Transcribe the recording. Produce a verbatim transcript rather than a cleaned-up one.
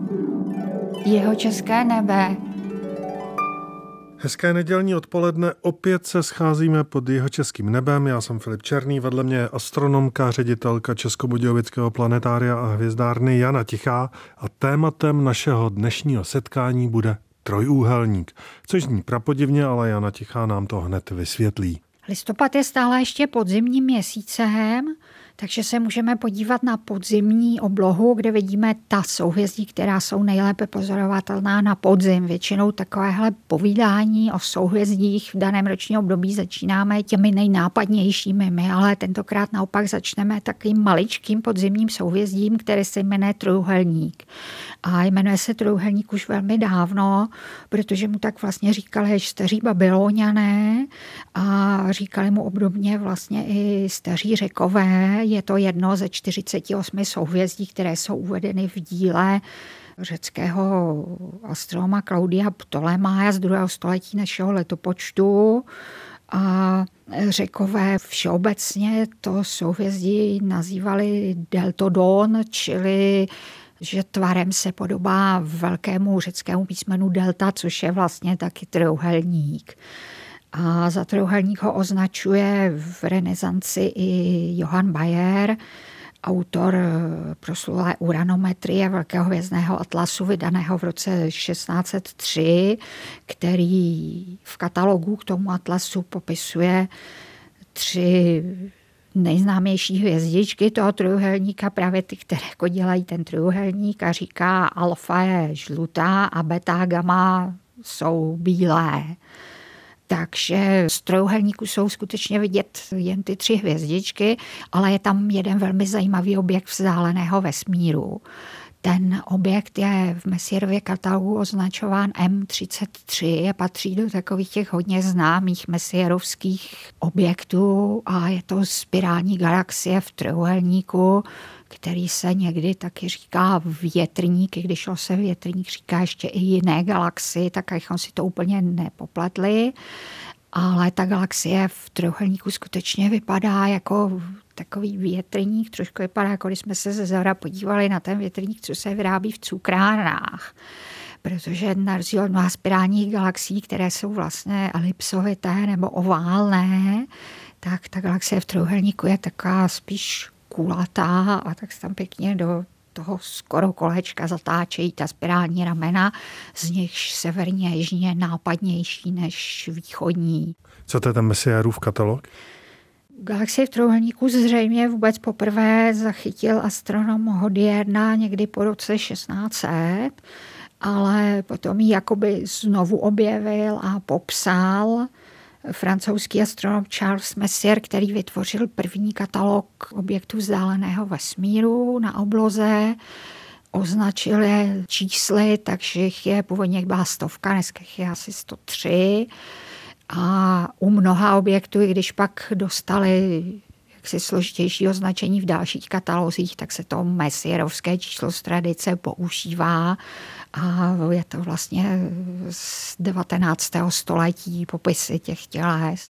Jihočeské nebe. Hezké nedělní odpoledne, opět se scházíme pod jihočeským nebem. Já jsem Filip Černý, vedle mě je astronomka, ředitelka Českobudějovického planetária a hvězdárny Jana Tichá a tématem našeho dnešního setkání bude trojúhelník, což zní prapodivně, ale Jana Tichá nám to hned vysvětlí. Listopad je stále ještě podzimním měsícem, takže se můžeme podívat na podzimní oblohu, kde vidíme ta souhvězdí, která jsou nejlépe pozorovatelná na podzim. Většinou takovéhle povídání o souhvězdích v daném ročním období začínáme těmi nejnápadnějšími. My ale tentokrát naopak začneme takovým maličkým podzimním souhvězdím, které se jmenuje trojúhelník. A jmenuje se trojúhelník už velmi dávno, protože mu tak vlastně říkali staří Babyloniané a říkali mu obdobně vlastně i staří Řekové. Je to jedno ze čtyřiceti osmi souhvězdí, které jsou uvedeny v díle řeckého astronoma Claudia Ptolemája z druhého století našeho letopočtu. A Řekové všeobecně to souhvězdí nazývali Deltodon, čili že tvarem se podobá velkému řeckému písmenu delta, což je vlastně taky trojúhelník. A za trojúhelník ho označuje v renesanci i Johann Bayer, autor proslulé uranometrie Velkého hvězdného atlasu, vydaného v roce šestnáct set tři, který v katalogu k tomu atlasu popisuje tři nejznámější hvězdičky toho trojúhelníka, právě ty, které jako dělají ten trojúhelník, a říká, alfa je žlutá a beta a gamma jsou bílé. Takže z trojúhelníku jsou skutečně vidět jen ty tři hvězdičky, ale je tam jeden velmi zajímavý objekt vzdáleného vesmíru. Ten objekt je v Messierově katalogu označován M třicet tři a patří do takových těch hodně známých Messierovských objektů a je to spirální galaxie v trojúhelníku, který se někdy taky říká větrník, i když se větrník říká ještě i jiné galaxii, tak abychom si to úplně nepopletli. Ale ta galaxie v trojúhelníku skutečně vypadá jako takový větrník, trošku vypadá, jako když jsme se ze zhora podívali na ten větrník, co se vyrábí v cukrárnách. Protože na rozdíl od mnoha spirálních galaxií, které jsou vlastně elipsovité nebo oválné, tak ta galaxie v trojúhelníku je taková spíš kulatá a tak se tam pěkně do toho skoro kolečka zatáčejí ta spirální ramena, z nichž severní a jižní je nápadnější než východní. Co to je ten Messierův katalog? Galaxii v trojúhelníku zřejmě vůbec poprvé zachytil astronom Hodierna někdy po roce šestnáct set, ale potom ji jakoby znovu objevil a popsal francouzský astronom Charles Messier, který vytvořil první katalog objektů vzdáleného vesmíru na obloze. Označil je čísly, takže jich je původně byla stovka, dneska je asi sto tři. A u mnoha objektů, i když pak dostali jaksi složitější označení v dalších katalozích, tak se to Messierovské číslo z tradice používá. A je to vlastně z devatenáctého století popisy těch těles.